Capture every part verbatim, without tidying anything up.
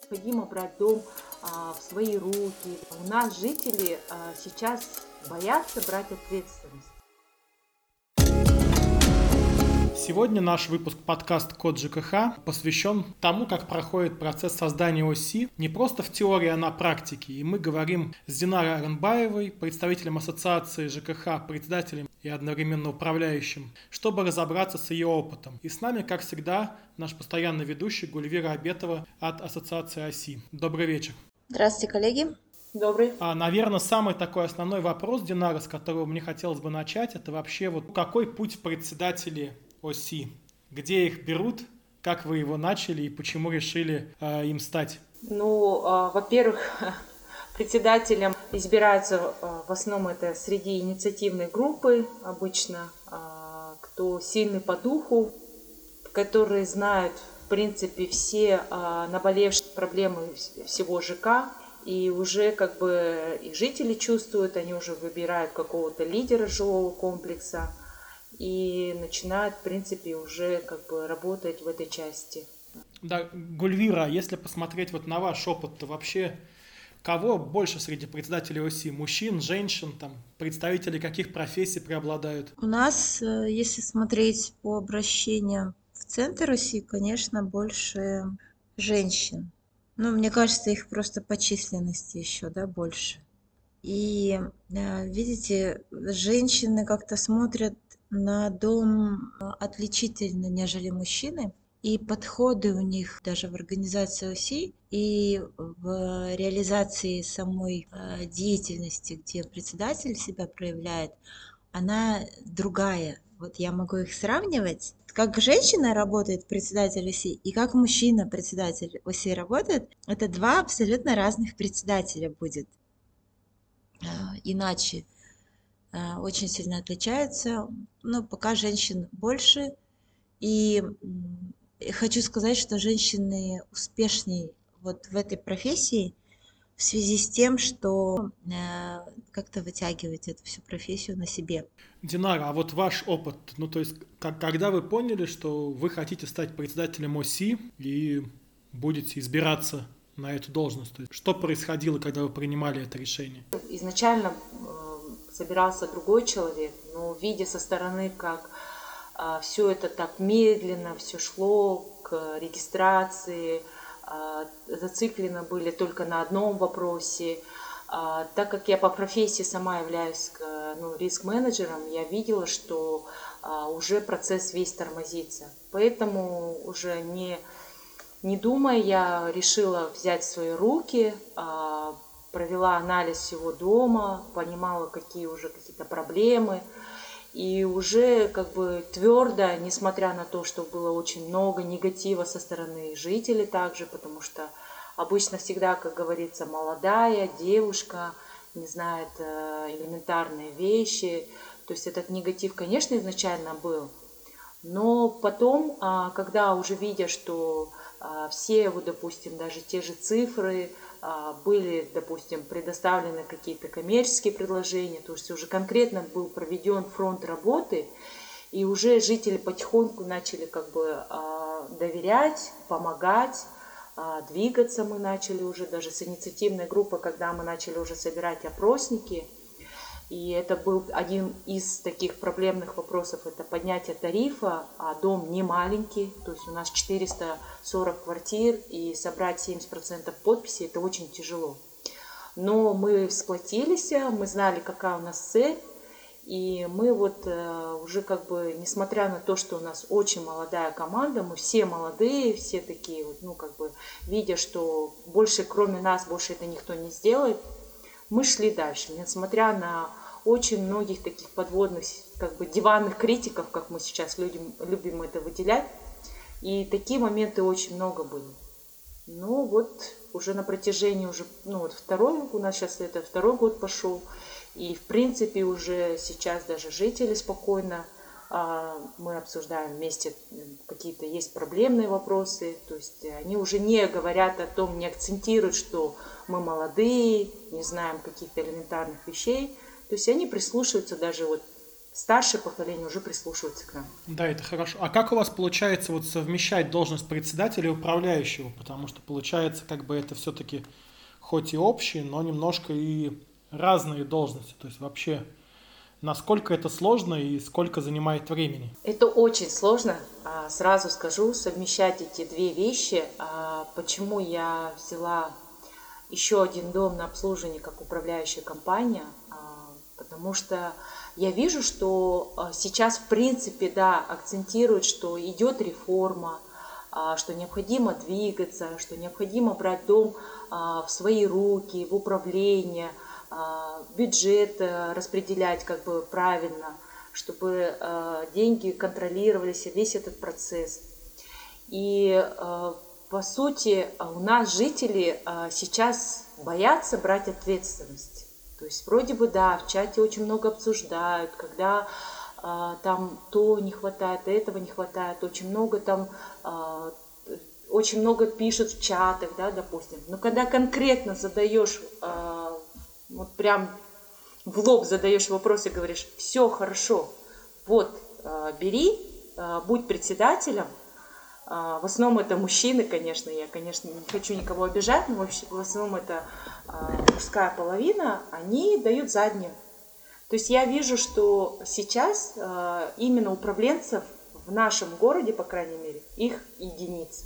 Необходимо брать дом а, в свои руки. У нас жители а, сейчас боятся брать ответственность. Сегодня наш выпуск подкаст «Код ЖКХ» посвящен тому, как проходит процесс создания ОСИ не просто в теории, а на практике. И мы говорим с Динарой Арынбаевой, представителем ассоциации ЖКХ, председателем и одновременно управляющим, чтобы разобраться с ее опытом. И с нами, как всегда, наш постоянный ведущий Гульвира Абетова от ассоциации ОСИ. Добрый вечер. Здравствуйте, коллеги. Добрый. А, наверное, самый такой основной вопрос, Динара, с которого мне хотелось бы начать, это вообще вот какой путь председателей ОСИ? Где их берут? Как вы его начали и почему решили э, им стать? Ну, э, во-первых, председателем избираются э, в основном это среди инициативной группы обычно, э, кто сильный по духу, которые знают, в принципе, все э, наболевшие проблемы всего ЖК. И уже как бы и жители чувствуют, они уже выбирают какого-то лидера жилого комплекса и начинают, в принципе, уже как бы работать в этой части. Да, Гульвира, если посмотреть вот на ваш опыт, то вообще кого больше среди председателей ОСИ? Мужчин, женщин, там, представители каких профессий преобладают? У нас, если смотреть по обращениям в центр ОСИ, конечно, больше женщин. Ну, мне кажется, их просто по численности еще, да, больше. И, видите, женщины как-то смотрят на дом отличительно, нежели мужчины. И подходы у них даже в организации ОСИ и в реализации самой деятельности, где председатель себя проявляет, она другая. Вот я могу их сравнивать. Как женщина работает председатель ОСИ и как мужчина председатель ОСИ работает, это два абсолютно разных председателя будет. Иначе очень сильно отличаются. Но пока женщин больше. И хочу сказать, что женщины успешнее вот в этой профессии в связи с тем, что как-то вытягивать эту всю профессию на себе. Динара, а вот ваш опыт, ну то есть как, когда вы поняли, что вы хотите стать председателем ОСИ и будете избираться на эту должность? То есть, что происходило, когда вы принимали это решение? Изначально э, собирался другой человек, но видя со стороны, как э, все это так медленно, все шло к регистрации, э, зациклено были только на одном вопросе. Э, так как я по профессии сама являюсь ну, риск-менеджером, я видела, что э, уже процесс весь тормозится. Поэтому уже не... Не думая, я решила взять в свои руки, провела анализ всего дома, понимала, какие уже какие-то проблемы. И уже как бы твердо, несмотря на то, что было очень много негатива со стороны жителей также, потому что обычно всегда, как говорится, молодая девушка не знает элементарные вещи. То есть этот негатив, конечно, изначально был. Но потом, когда уже видя, что все, вот, допустим, даже те же цифры, были, допустим, предоставлены какие-то коммерческие предложения, то есть уже конкретно был проведен фронт работы, и уже жители потихоньку начали как бы доверять, помогать, двигаться мы начали уже даже с инициативной группы, когда мы начали уже собирать опросники. И это был один из таких проблемных вопросов, это поднятие тарифа, а дом не маленький, то есть у нас четыреста сорок квартир, и собрать семьдесят процентов подписей это очень тяжело. Но мы сплотились, мы знали, какая у нас цель, и мы вот уже как бы, несмотря на то, что у нас очень молодая команда, мы все молодые, все такие вот, ну как бы, видя, что больше кроме нас, больше это никто не сделает, мы шли дальше, несмотря на очень многих таких подводных, как бы диванных критиков, как мы сейчас любим, любим это выделять. И такие моменты очень много были. Ну вот уже на протяжении уже, ну вот второй, у нас сейчас это второй год пошел. И в принципе уже сейчас даже жители спокойно, а, мы обсуждаем вместе, какие-то есть проблемные вопросы. То есть они уже не говорят о том, не акцентируют, что мы молодые, не знаем каких-то элементарных вещей. То есть они прислушиваются даже вот старшее поколение уже прислушивается к нам. Да, это хорошо. А как у вас получается вот совмещать должность председателя и управляющего? Потому что получается, как бы это все-таки хоть и общие, но немножко и разные должности. То есть вообще, насколько это сложно и сколько занимает времени? Это очень сложно, а, сразу скажу, совмещать эти две вещи. А, Почему я взяла еще один дом на обслуживание как управляющая компания? А, Потому что я вижу, что а, сейчас, в принципе, да, акцентируют, что идет реформа, а, что необходимо двигаться, что необходимо брать дом а, в свои руки, в управление, а, бюджет а, распределять как бы правильно, чтобы а, деньги контролировались, и весь этот процесс. И а, по сути у нас жители а, сейчас боятся брать ответственность. То есть вроде бы да, в чате очень много обсуждают, когда а, там то не хватает, этого не хватает, очень много там, а, очень много пишут в чатах, да, допустим. Но когда конкретно задаешь, а, вот прям в лоб задаешь вопрос и говоришь, все хорошо, вот, а, бери, а, будь председателем. А, В основном это мужчины, конечно, я, конечно, не хочу никого обижать, но вообще в основном это а, мужская половина, они дают заднюю. То есть я вижу, что сейчас а, именно управленцев в нашем городе, по крайней мере, их единицы.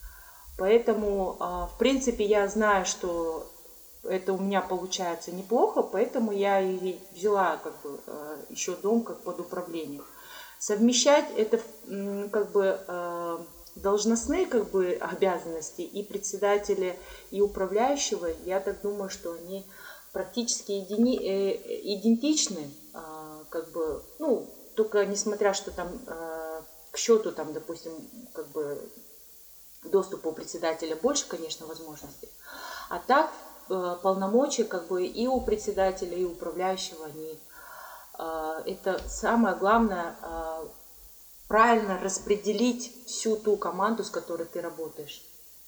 Поэтому, а, в принципе, я знаю, что это у меня получается неплохо, поэтому я и взяла как бы а, еще дом как под управление. Совмещать это м, как бы а, должностные как бы обязанности и председателя, и управляющего, я так думаю, что они практически едини, э, идентичны, а, как бы, ну, только несмотря, что там а, к счету, там, допустим, как бы доступа у председателя больше, конечно, возможностей, а так э, полномочия как бы и у председателя, и у управляющего, они, а, это самое главное, а, правильно распределить всю ту команду, с которой ты работаешь.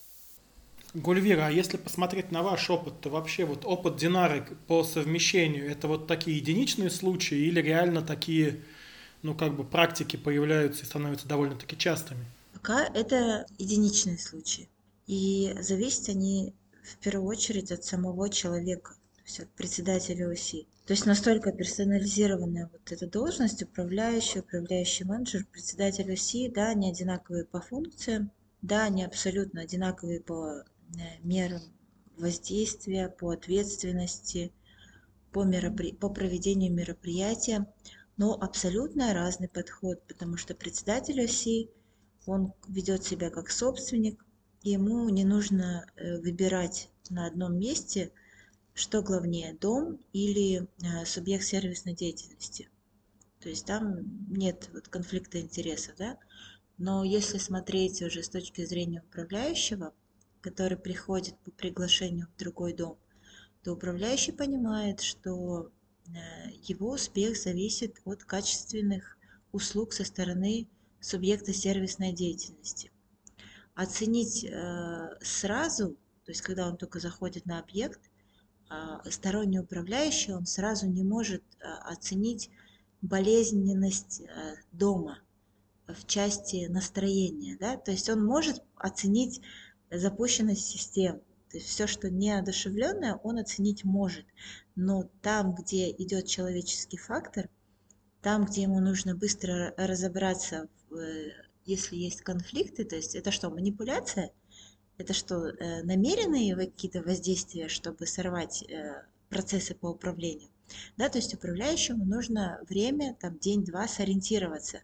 Гульвира, а если посмотреть на ваш опыт, то вообще вот опыт Динары по совмещению, это вот такие единичные случаи или реально такие, ну как бы практики появляются и становятся довольно-таки частыми? Пока это единичные случаи. И зависят они в первую очередь от самого человека, то есть от председателя ОСИ. То есть настолько персонализированная вот эта должность, управляющий, управляющий менеджер, председатель ОСИ, да, они одинаковые по функциям, да, они абсолютно одинаковые по мерам воздействия, по ответственности, по, меропри... по проведению мероприятия, но абсолютно разный подход, потому что председатель ОСИ, он ведет себя как собственник, и ему не нужно выбирать на одном месте, что главнее, дом или субъект сервисной деятельности. То есть там нет вот конфликта интересов, да? Но если смотреть уже с точки зрения управляющего, который приходит по приглашению в другой дом, то управляющий понимает, что его успех зависит от качественных услуг со стороны субъекта сервисной деятельности. Оценить э, сразу, то есть когда он только заходит на объект, э, сторонний управляющий, он сразу не может э, оценить болезненность э, дома в части настроения, да, то есть он может оценить запущенность систем, то есть все, что неодушевленное, он оценить может, но там, где идет человеческий фактор, там, где ему нужно быстро разобраться, если есть конфликты, то есть это что, манипуляция? Это что, намеренные какие-то воздействия, чтобы сорвать процессы по управлению? Да, то есть управляющему нужно время, там, день-два сориентироваться.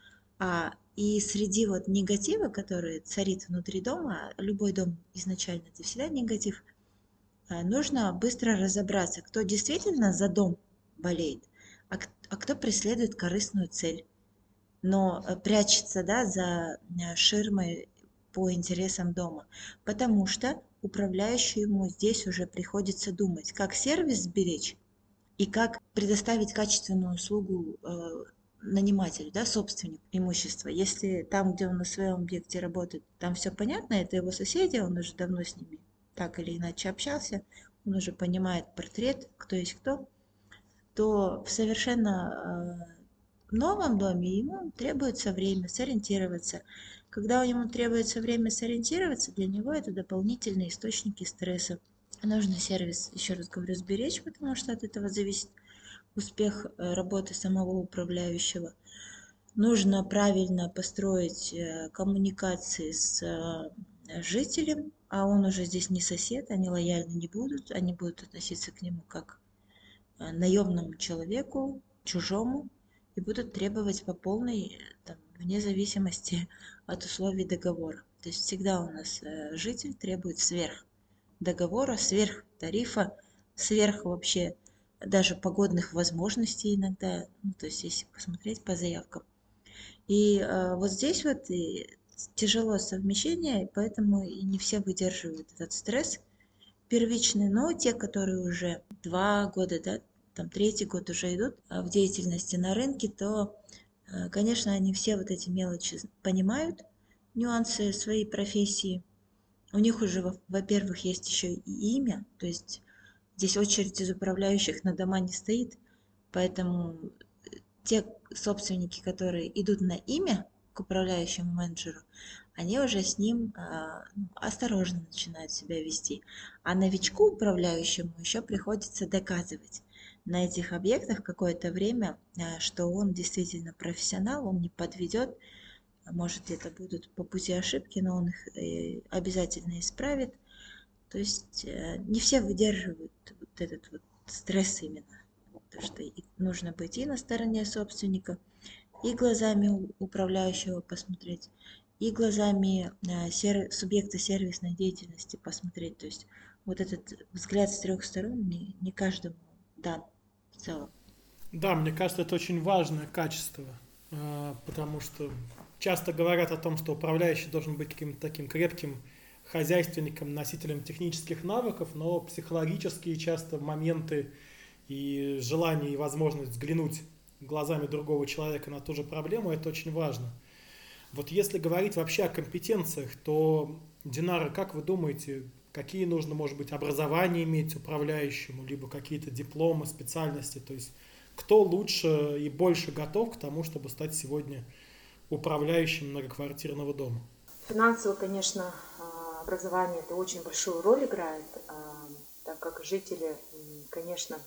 А, и среди вот негатива, который царит внутри дома, любой дом изначально это всегда негатив, нужно быстро разобраться, кто действительно за дом болеет, а, а кто преследует корыстную цель, но прячется, да, за ширмой по интересам дома. Потому что управляющему здесь уже приходится думать, как сервис сберечь и как предоставить качественную услугу э, нанимателю, да, собственнику имущества. Если там, где он на своем объекте работает, там все понятно, это его соседи, он уже давно с ними так или иначе общался, он уже понимает портрет, кто есть кто, то в совершенно в новом доме ему требуется время сориентироваться. Когда ему требуется время сориентироваться, для него это дополнительные источники стресса. Нужно сервис, еще раз говорю, сберечь, потому что от этого зависит успех э, работы самого управляющего. Нужно правильно построить э, коммуникации с э, жителем, а он уже здесь не сосед, они лояльны не будут, они будут относиться к нему как э, наемному человеку, чужому, и будут требовать по полной, там, вне зависимости от условий договора. То есть всегда у нас э, житель требует сверх договора, сверх тарифа, сверх вообще даже погодных возможностей иногда, ну, то есть если посмотреть по заявкам. И э, вот здесь вот и тяжело совмещение, поэтому и не все выдерживают этот стресс первичный, но те, которые уже два года, да, там третий год уже идут а, в деятельности на рынке, то, э, конечно, они все вот эти мелочи понимают, нюансы своей профессии. У них уже, во- во-первых, есть еще и имя, то есть здесь очередь из управляющих на дома не стоит, поэтому те собственники, которые идут на имя к управляющему менеджеру, они уже с ним а, ну, осторожно начинают себя вести. А новичку управляющему еще приходится доказывать на этих объектах какое-то время, а, что он действительно профессионал, он не подведет. Может, это будут по пути ошибки, но он их э, обязательно исправит. То есть э, не все выдерживают вот этот вот стресс именно. Потому что нужно быть и на стороне собственника, и глазами управляющего посмотреть, и глазами э, сер- субъекта сервисной деятельности посмотреть. То есть вот этот взгляд с трех сторон не, не каждому дан в целом. Да, мне кажется, это очень важное качество, э, потому что часто говорят о том, что управляющий должен быть каким-то таким крепким хозяйственником, носителем технических навыков, но психологические часто моменты и желание и возможность взглянуть глазами другого человека на ту же проблему, это очень важно. Вот если говорить вообще о компетенциях, то, Динара, как вы думаете, какие нужно, может быть, образования иметь управляющему, либо какие-то дипломы, специальности, то есть кто лучше и больше готов к тому, чтобы стать сегодня управляющим многоквартирного дома? Финансово, конечно, а, образование это очень большую роль играет, а, так как жители, м, конечно,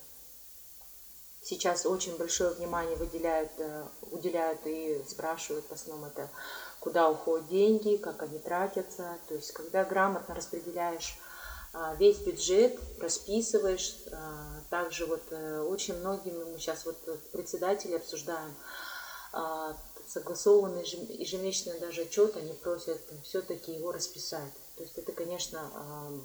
сейчас очень большое внимание выделяют, э, уделяют и спрашивают в основном это, куда уходят деньги, как они тратятся. То есть, когда грамотно распределяешь а, весь бюджет, расписываешь, а, также вот э, очень многими мы сейчас вот председатели обсуждаем, а, согласованный ежем- ежемесячный даже отчет, они просят все-таки его расписать. То есть это, конечно, ам,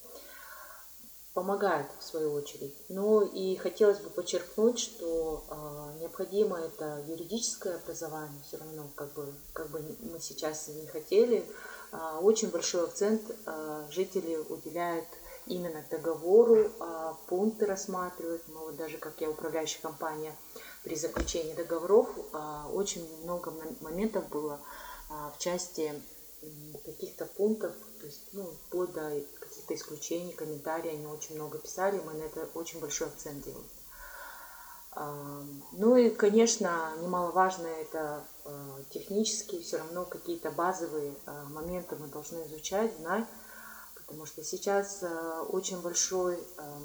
помогает в свою очередь. Ну и хотелось бы подчеркнуть, что э, необходимо это юридическое образование, все равно, как бы, как бы мы сейчас не хотели, э, очень большой акцент э, жители уделяют именно договору, э, пункты рассматривают. Мы вот даже, как я управляющая компания, при заключении договоров э, очень много моментов было э, в части каких-то пунктов, то есть, ну, вплоть до каких-то исключений, комментарии, они очень много писали, мы на это очень большой акцент делаем. Ну и, конечно, немаловажно это технические, все равно какие-то базовые моменты мы должны изучать, знать, потому что сейчас очень большой,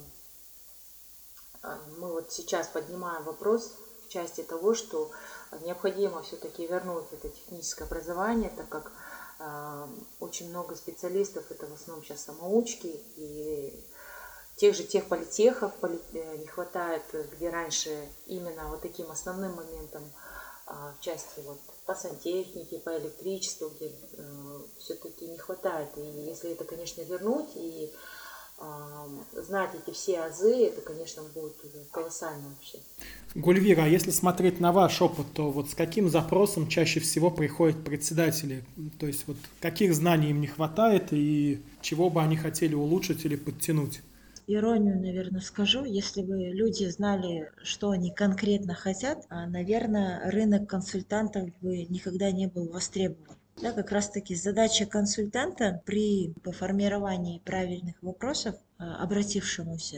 мы вот сейчас поднимаем вопрос в части того, что необходимо все-таки вернуть это техническое образование, так как очень много специалистов, это в основном сейчас самоучки, и тех же тех политехов не хватает, где раньше именно вот таким основным моментом в части вот по сантехнике, по электричеству, где все-таки не хватает. И если это, конечно, вернуть и знать эти все азы, это, конечно, будет колоссально вообще. Гульвира, а если смотреть на ваш опыт, то вот с каким запросом чаще всего приходят председатели? То есть вот каких знаний им не хватает и чего бы они хотели улучшить или подтянуть? Иронию, наверное, скажу. Если бы люди знали, что они конкретно хотят, а, наверное, рынок консультантов бы никогда не был востребован. Да, как раз-таки задача консультанта при формировании правильных вопросов а, обратившемуся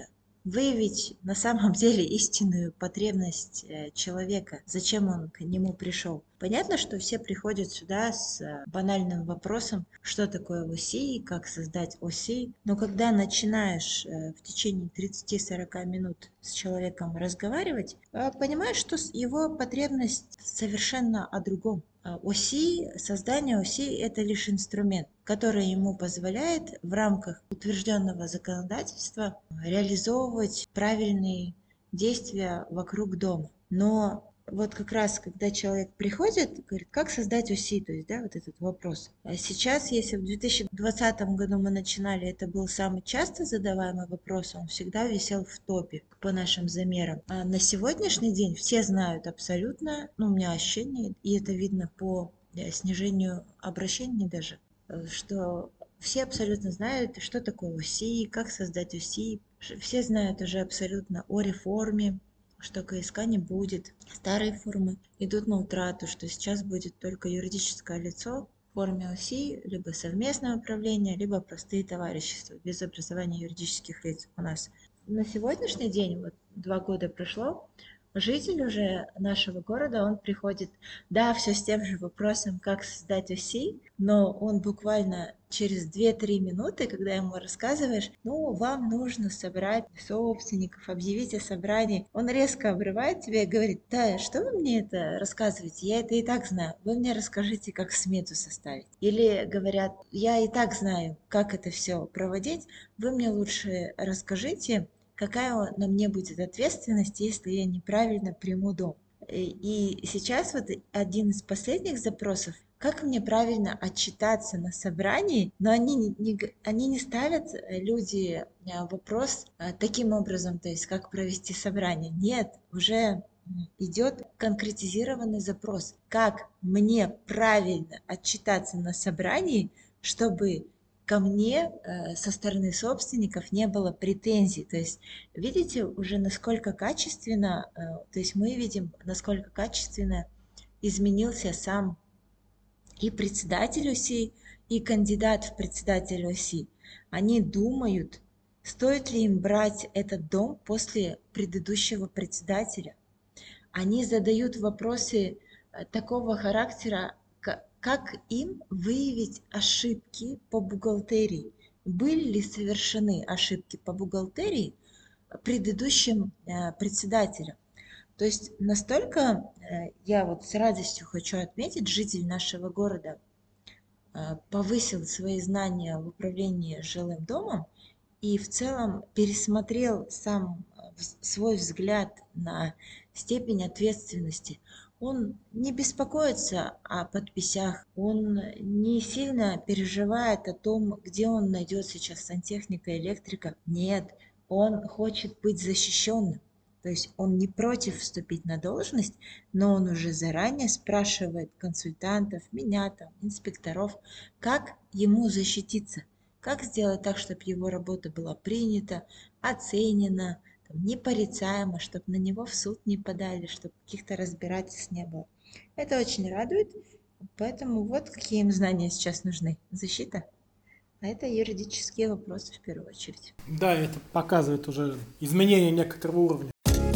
выявить на самом деле истинную потребность э, человека, зачем он к нему пришел. Понятно, что все приходят сюда с э, банальным вопросом, что такое ОСИ, как создать ОСИ, но когда начинаешь э, в течение тридцати-сорока минут с человеком разговаривать, э, понимаешь, что с- его потребность совершенно о другом. А ОСИ, создание ОСИ– это лишь инструмент, который ему позволяет в рамках утвержденного законодательства реализовывать правильные действия вокруг дома. Но вот как раз, когда человек приходит, говорит, как создать ОСИ, то есть, да, вот этот вопрос. А сейчас, если в две тысячи двадцатом году мы начинали, это был самый часто задаваемый вопрос, он всегда висел в топе по нашим замерам. А на сегодняшний день все знают абсолютно, ну, у меня ощущение, и это видно по э, снижению обращений даже, э, что все абсолютно знают, что такое ОСИ, как создать ОСИ. Все знают уже абсолютно о реформе, что КСК не будет. Старые формы идут на утрату, что сейчас будет только юридическое лицо в форме ОСИ, либо совместное управление, либо простые товарищества без образования юридических лиц у нас. На сегодняшний день, вот два года прошло, житель уже нашего города, он приходит, да, все с тем же вопросом, как создать ОСИ, но он буквально через две-три минуты, когда ему рассказываешь, ну, вам нужно собрать собственников, объявить о собрании, он резко обрывает тебя и говорит, да, что вы мне это рассказываете, я это и так знаю, вы мне расскажите, как смету составить. Или говорят, я и так знаю, как это все проводить, вы мне лучше расскажите, какая на мне будет ответственность, если я неправильно приму дом. И сейчас вот один из последних запросов, как мне правильно отчитаться на собрании, но они не, не г- они не ставят, э, люди, э, вопрос э, таким образом, то есть как провести собрание. Нет, уже м, идет конкретизированный запрос, как мне правильно отчитаться на собрании, чтобы ко мне э, со стороны собственников не было претензий. То есть видите уже, насколько качественно, э, то есть мы видим, насколько качественно изменился сам и председатель ОСИ, и кандидат в председатель ОСИ. Они думают, стоит ли им брать этот дом после предыдущего председателя. Они задают вопросы э, такого характера, как им выявить ошибки по бухгалтерии. Были ли совершены ошибки по бухгалтерии предыдущим э, председателем? То есть настолько э, я вот с радостью хочу отметить, житель нашего города э, повысил свои знания в управлении жилым домом и в целом пересмотрел сам э, свой взгляд на степень ответственности. Он не беспокоится о подписях, он не сильно переживает о том, где он найдет сейчас сантехника, электрика. Нет, он хочет быть защищенным. То есть он не против вступить на должность, но он уже заранее спрашивает консультантов, меня там, инспекторов, как ему защититься, как сделать так, чтобы его работа была принята, оценена, там, непорицаема, чтобы на него в суд не подали, чтобы каких-то разбирательств не было. Это очень радует, поэтому вот какие им знания сейчас нужны. Защита, а это юридические вопросы в первую очередь. Да, это показывает уже изменение некоторого уровня.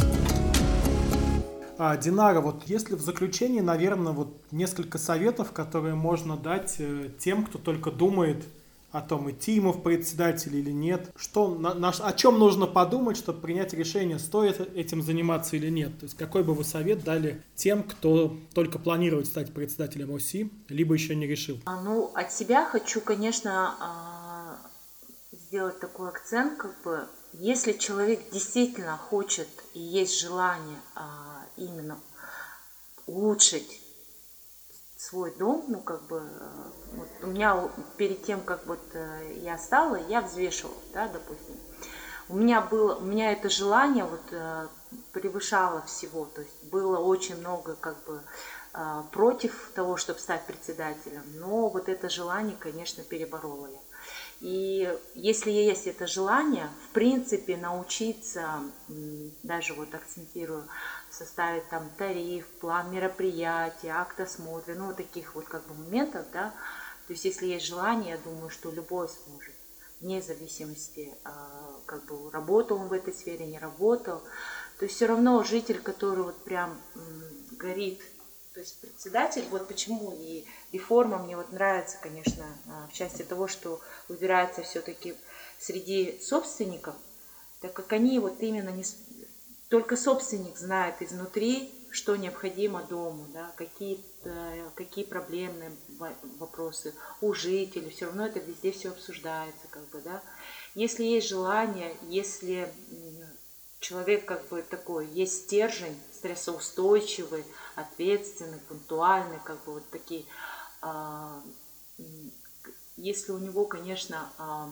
А, Динара, вот если в заключении, наверное, вот несколько советов, которые можно дать э, тем, кто только думает о том, идти ему в председатели или нет, что, на, на- о чем нужно подумать, чтобы принять решение, стоит этим заниматься или нет. То есть какой бы вы совет дали тем, кто только планирует стать председателем ОСИ, либо еще не решил? А, Ну, от себя хочу, конечно, а, сделать такой акцент, как бы, если человек действительно хочет и есть желание а, именно улучшить свой дом, ну, как бы, э, вот у меня у- перед тем, как вот э, я стала, я взвешивала, да, допустим, у меня было, у меня это желание вот э, превышало всего, то есть было очень много, как бы, э, против того, чтобы стать председателем, но вот это желание, конечно, переборола я. И если есть это желание, в принципе, научиться, м, даже вот акцентирую, составить там тариф, план мероприятий, акт осмотра, ну, вот таких вот как бы моментов, да, то есть если есть желание, я думаю, что любой сможет. вне зависимости, как бы работал он в этой сфере, не работал. То есть все равно житель, который вот прям горит, то есть председатель, вот почему и реформа мне вот нравится, конечно, в части того, что выбирается все-таки среди собственников, так как они вот именно не... Только собственник знает изнутри, что необходимо дому, да, какие, какие проблемные вопросы у жителей, все равно это везде все обсуждается, как бы, да. Если есть желание, если человек как бы такой, есть стержень, стрессоустойчивый, ответственный, пунктуальный, как бы вот такие, если у него, конечно,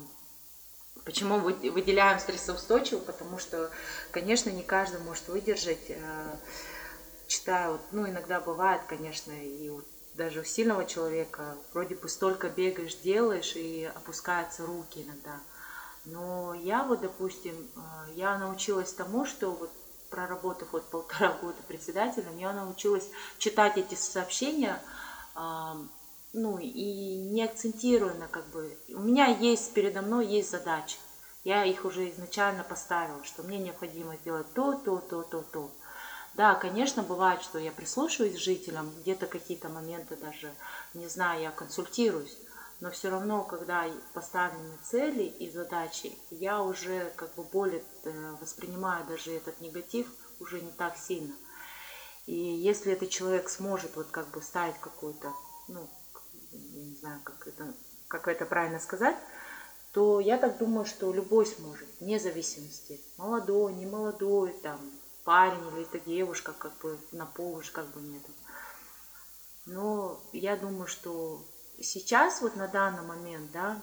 почему выделяем стрессоустойчивый, потому что, конечно, не каждый может выдержать, читаю, ну, иногда бывает, конечно, и вот даже у сильного человека вроде бы столько бегаешь, делаешь, и опускаются руки иногда. Но я вот, допустим, я научилась тому, что вот проработав вот полтора года председателем, я научилась читать эти сообщения, ну, и не акцентируя на как бы... У меня есть, передо мной есть задачи. Я их уже изначально поставила, что мне необходимо сделать то, то, то, то, то. Да, конечно, бывает, что я прислушиваюсь к жителям, где-то какие-то моменты даже, не знаю, я консультируюсь. Но все равно, когда поставлены цели и задачи, я уже как бы более воспринимаю даже этот негатив уже не так сильно. И если этот человек сможет вот как бы ставить какую-то, ну, я не знаю, как это, как это правильно сказать, то я так думаю, что любой сможет, вне зависимости, молодой, не молодой, там, парень или это девушка, как бы на пол уже как бы нет. Но я думаю, что сейчас, вот на данный момент, да,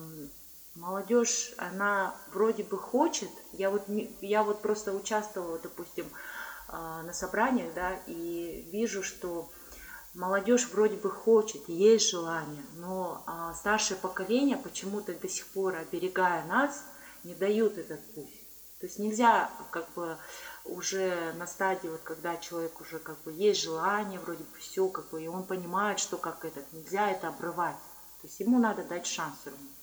молодежь, она вроде бы хочет, я вот, я вот просто участвовала, допустим, на собраниях, да, и вижу, что молодежь вроде бы хочет, есть желание, но а, старшее поколение почему-то до сих пор, оберегая нас, не дают этот путь. То есть нельзя как бы уже на стадии, вот когда человек уже как бы есть желание, вроде бы все, как бы, и он понимает, что как этот, нельзя это обрывать. То есть ему надо дать шанс все равно.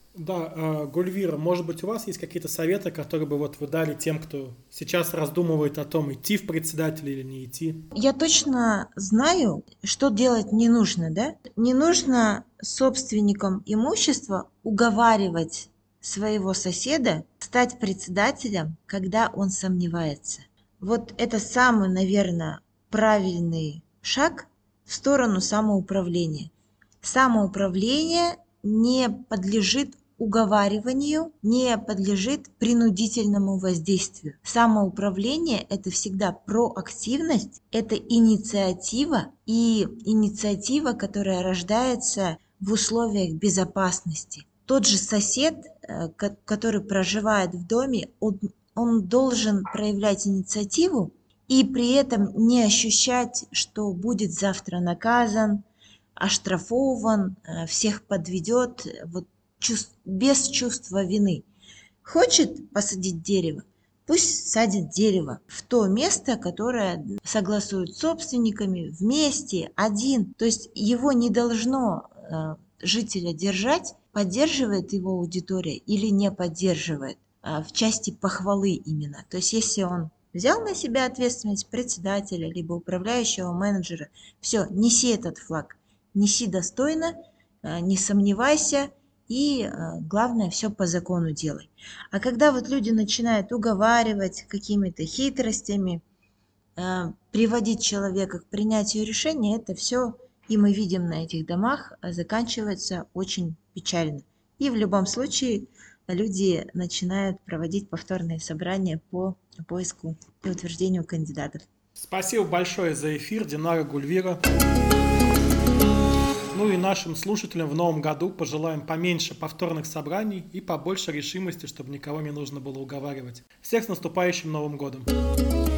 Да, Гульвира, может быть, у вас есть какие-то советы, которые бы вот вы дали тем, кто сейчас раздумывает о том, идти в председателя или не идти? Я точно знаю, что делать не нужно, да? Не нужно собственникам имущества уговаривать своего соседа стать председателем, когда он сомневается. Вот это самый, наверное, правильный шаг в сторону самоуправления. Самоуправление не подлежит уговариванию, не подлежит принудительному воздействию. Самоуправление – это всегда проактивность, это инициатива, и инициатива, которая рождается в условиях безопасности. Тот же сосед, который проживает в доме, он, он должен проявлять инициативу и при этом не ощущать, что будет завтра наказан, оштрафован, всех подведет, вот, чувств, без чувства вины. Хочет посадить дерево, пусть садит дерево в то место, которое согласуют с собственниками, вместе, один. То есть его не должно э, жителя держать, поддерживает его аудитория или не поддерживает, э, в части похвалы именно. То есть если он взял на себя ответственность председателя, либо управляющего менеджера, все, неси этот флаг, неси достойно, э, не сомневайся, и главное, все по закону делай. А когда вот люди начинают уговаривать какими-то хитростями, приводить человека к принятию решения, это все, и мы видим на этих домах, заканчивается очень печально. И в любом случае люди начинают проводить повторные собрания по поиску и утверждению кандидатов. Спасибо большое за эфир, Динара Гульвира. Ну и нашим слушателям в новом году пожелаем поменьше повторных собраний и побольше решимости, чтобы никого не нужно было уговаривать. Всех с наступающим Новым годом!